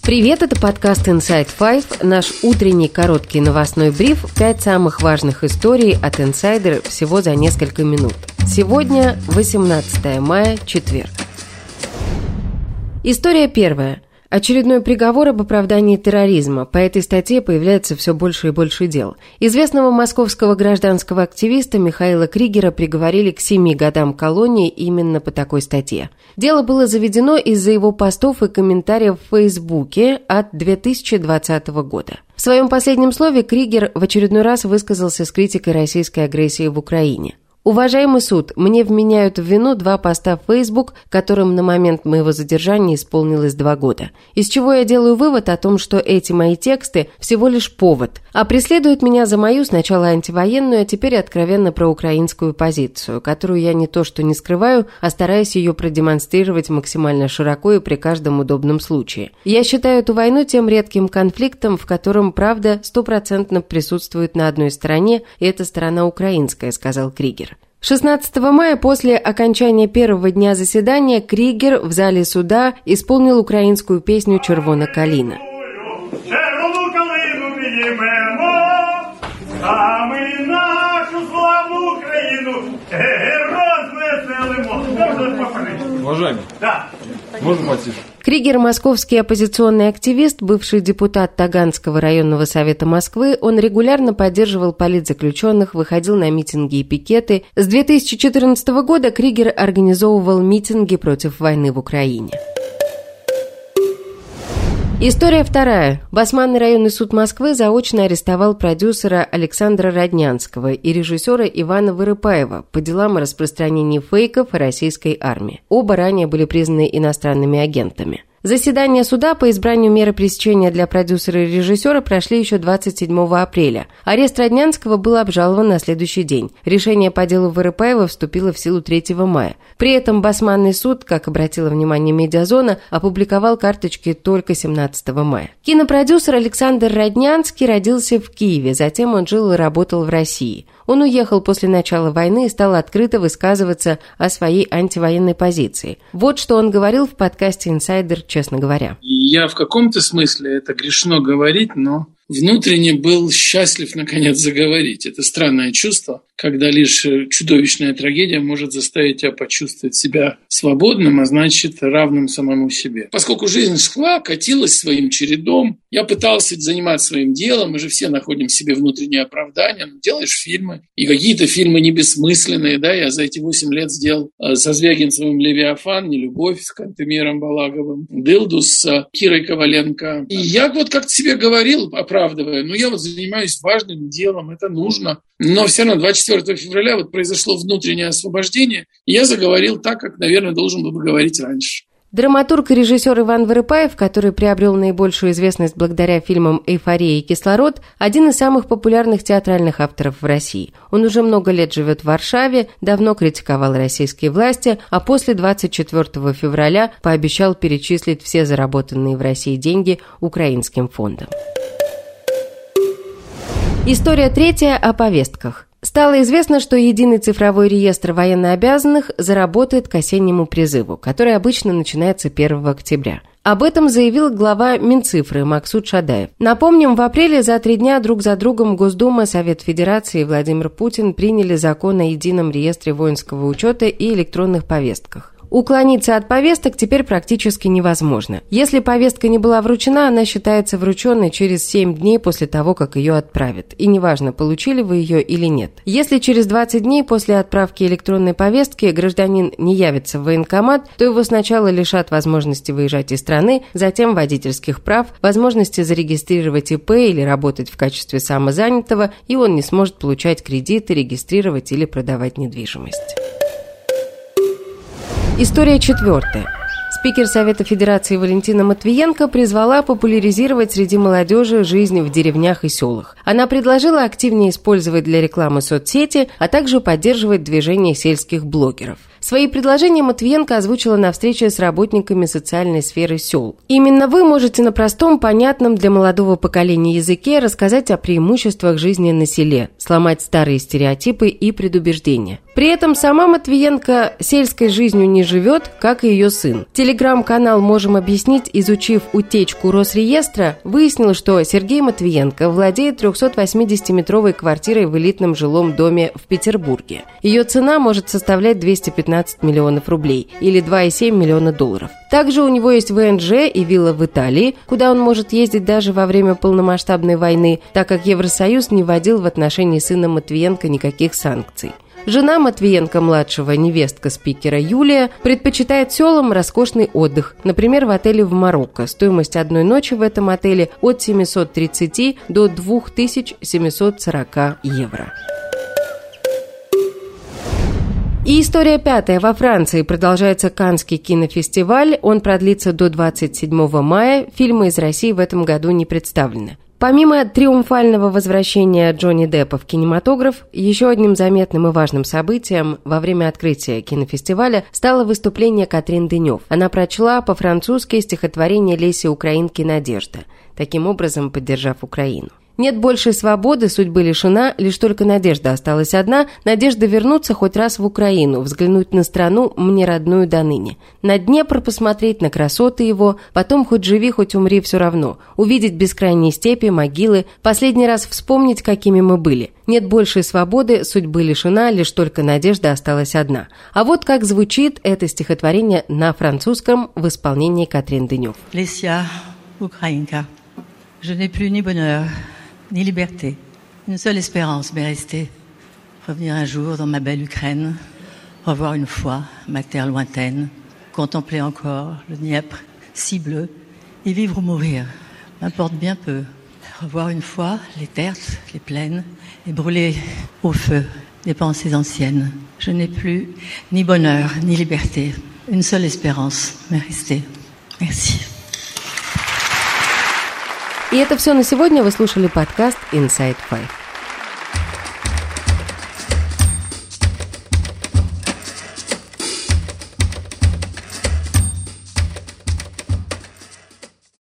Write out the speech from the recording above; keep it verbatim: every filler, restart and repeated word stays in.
Привет, это подкаст Inside Five, наш утренний короткий новостной бриф, пять самых важных историй от инсайдера всего за несколько минут. Сегодня восемнадцатое мая, четверг. История первая. Очередной приговор об оправдании терроризма. По этой статье появляется все больше и больше дел. Известного московского гражданского активиста Михаила Кригера приговорили к семи годам колонии именно по такой статье. Дело было заведено из-за его постов и комментариев в Фейсбуке от две тысячи двадцатого года. В своем последнем слове Кригер в очередной раз высказался с критикой российской агрессии в Украине. «Уважаемый суд, мне вменяют в вину два поста в Facebook, которым на момент моего задержания исполнилось два года. Из чего я делаю вывод о том, что эти мои тексты всего лишь повод, а преследуют меня за мою сначала антивоенную, а теперь откровенно проукраинскую позицию, которую я не то что не скрываю, а стараюсь ее продемонстрировать максимально широко и при каждом удобном случае. Я считаю эту войну тем редким конфликтом, в котором правда стопроцентно присутствует на одной стороне, и это сторона украинская», — сказал Кригер. шестнадцатого мая после окончания первого дня заседания Кригер в зале суда исполнил украинскую песню «Червона калина». Червону калину підіймемо, а ми нашу славну Україну розвеселимо. Можно повторить? Уважаемый, Да. можно потише? Кригер – московский оппозиционный активист, бывший депутат Таганского районного совета Москвы. Он регулярно поддерживал политзаключенных, выходил на митинги и пикеты. С две тысячи четырнадцатого года Кригер организовывал митинги против войны в Украине. История вторая. Басманный районный суд Москвы заочно арестовал продюсера Александра Роднянского и режиссера Ивана Вырыпаева по делам о распространении фейков о российской армии. Оба ранее были признаны иностранными агентами. Заседания суда по избранию меры пресечения для продюсера и режиссера прошли еще двадцать седьмого апреля. Арест Роднянского был обжалован на следующий день. Решение по делу Вырыпаева вступило в силу третьего мая. При этом Басманный суд, как обратила внимание Медиазона, опубликовал карточки только семнадцатого мая. Кинопродюсер Александр Роднянский родился в Киеве, затем он жил и работал в России. Он уехал после начала войны и стал открыто высказываться о своей антивоенной позиции. Вот что он говорил в подкасте «Инсайдер», честно говоря. Я в каком-то смысле, это грешно говорить, но внутренне был счастлив наконец заговорить. Это странное чувство, когда лишь чудовищная трагедия может заставить тебя почувствовать себя свободным, а значит равным самому себе. Поскольку жизнь шла, катилась своим чередом, я пытался заниматься своим делом, мы же все находим в себе внутреннее оправдание, делаешь фильмы, и какие-то фильмы не бессмысленные, да, я за эти восемь лет сделал со Звягинцевым «Левиафан», «Нелюбовь» с Кантемиром Балаговым, «Дылду» с Кирой Коваленко. И я вот как-то себе говорил, оправдывая, ну я вот занимаюсь важным делом, это нужно. Но все равно двадцать четвёртого февраля вот произошло внутреннее освобождение, и я заговорил так, как, наверное, должен был бы говорить раньше. Драматург и режиссер Иван Вырыпаев, который приобрел наибольшую известность благодаря фильмам «Эйфория» и «Кислород», один из самых популярных театральных авторов в России. Он уже много лет живет в Варшаве, давно критиковал российские власти, а после двадцать четвёртого февраля пообещал перечислить все заработанные в России деньги украинским фондам. История третья о повестках. Стало известно, что единый цифровой реестр военнообязанных заработает к осеннему призыву, который обычно начинается первого октября. Об этом заявил глава Минцифры Максут Шадаев. Напомним, в апреле за три дня друг за другом Госдума, Совет Федерации и Владимир Путин приняли закон о едином реестре воинского учета и электронных повестках. Уклониться от повесток теперь практически невозможно. Если повестка не была вручена, она считается врученной через семь дней после того, как ее отправят. И неважно, получили вы ее или нет. Если через двадцать дней после отправки электронной повестки гражданин не явится в военкомат, то его сначала лишат возможности выезжать из страны, затем водительских прав, возможности зарегистрировать ИП или работать в качестве самозанятого, и он не сможет получать кредиты, регистрировать или продавать недвижимость. История четвертая. Спикер Совета Федерации Валентина Матвиенко призвала популяризировать среди молодежи жизнь в деревнях и селах. Она предложила активнее использовать для рекламы соцсети, а также поддерживать движение сельских блогеров. Свои предложения Матвиенко озвучила на встрече с работниками социальной сферы сел. Именно вы можете на простом, понятном для молодого поколения языке рассказать о преимуществах жизни на селе, сломать старые стереотипы и предубеждения. При этом сама Матвиенко сельской жизнью не живет, как и ее сын. Телеграм-канал «Можем объяснить», изучив утечку Росреестра, выяснил, что Сергей Матвиенко владеет трехсотвосьмидесятиметровой квартирой в элитном жилом доме в Петербурге. Ее цена может составлять двести пятнадцать миллионов рублей или два целых семь десятых миллиона долларов. Также у него есть вэ эн жэ и вилла в Италии, куда он может ездить даже во время полномасштабной войны, так как Евросоюз не вводил в отношении сына Матвиенко никаких санкций. Жена Матвиенко-младшего, невестка спикера Юлия, предпочитает селам роскошный отдых, например, в отеле в Марокко. Стоимость одной ночи в этом отеле от семисот тридцати до двух тысяч семисот сорока евро. И история пятая. Во Франции продолжается Каннский кинофестиваль. Он продлится до двадцать седьмого мая. Фильмы из России в этом году не представлены. Помимо триумфального возвращения Джонни Деппа в кинематограф, еще одним заметным и важным событием во время открытия кинофестиваля стало выступление Катрин Денев. Она прочла по-французски стихотворение Леси Украинки «Надежда», таким образом поддержав Украину. Нет большей свободы, судьбы лишена, лишь только надежда осталась одна, надежда вернуться хоть раз в Украину, взглянуть на страну, мне родную до ныне. На Днепр посмотреть, на красоты его, потом хоть живи, хоть умри, все равно. Увидеть бескрайние степи, могилы, последний раз вспомнить, какими мы были. Нет большей свободы, судьбы лишена, лишь только надежда осталась одна. А вот как звучит это стихотворение на французском в исполнении Катрин Денев. Леся Украинка, je n'ai plus ni bonheur, ni liberté. Une seule espérance m'est restée. Revenir un jour dans ma belle Ukraine, revoir une fois ma terre lointaine, contempler encore le Dniepr si bleu, et vivre ou mourir, m'importe bien peu. Revoir une fois les tertres, les plaines, et brûler au feu des pensées anciennes. Je n'ai plus ni bonheur, ni liberté. Une seule espérance m'est restée. Merci. И это все на сегодня. Вы слушали подкаст Inside Five.